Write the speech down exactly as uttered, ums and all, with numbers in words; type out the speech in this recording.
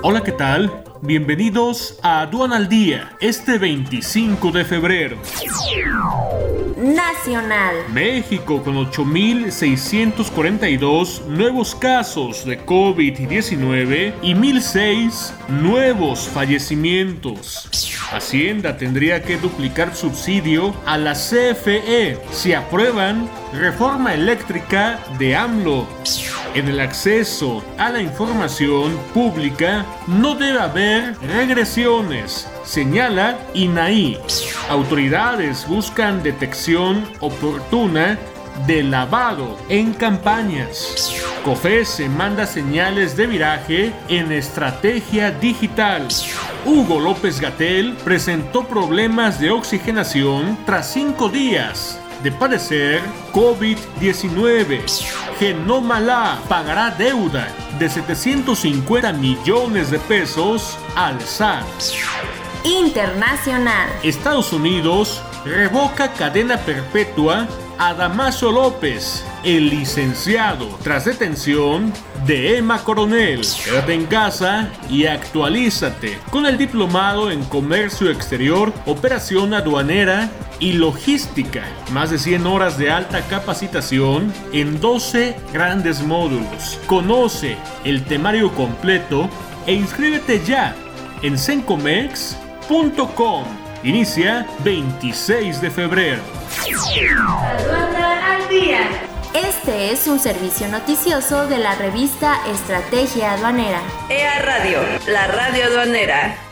Hola, ¿qué tal? Bienvenidos a Aduana al Día, este veinticinco de febrero. Nacional. México con ocho mil seiscientos cuarenta y dos nuevos casos de covid diecinueve y mil seis nuevos fallecimientos. Hacienda tendría que duplicar subsidio a la C F E si aprueban reforma eléctrica de AMLO. En el acceso a la información pública no debe haber regresiones, señala INAI. Autoridades buscan detección oportuna de lavado en campañas. COFECE manda señales de viraje en estrategia digital. Hugo López-Gatell presentó problemas de oxigenación tras cinco días de padecer covid diecinueve. Genoma Lab pagará deuda de setecientos cincuenta millones de pesos al S A T. Internacional. Estados Unidos revoca cadena perpetua a Damaso López, el licenciado, tras detención de Emma Coronel. Quédate en casa y actualízate con el diplomado en Comercio Exterior, Operación Aduanera y Logística. Más de cien horas de alta capacitación en doce grandes módulos. Conoce el temario completo e inscríbete ya en sencomex punto com. Inicia veintiséis de febrero. Aduana al Día. Este es un servicio noticioso de la revista Estrategia Aduanera. E A Radio, la radio aduanera.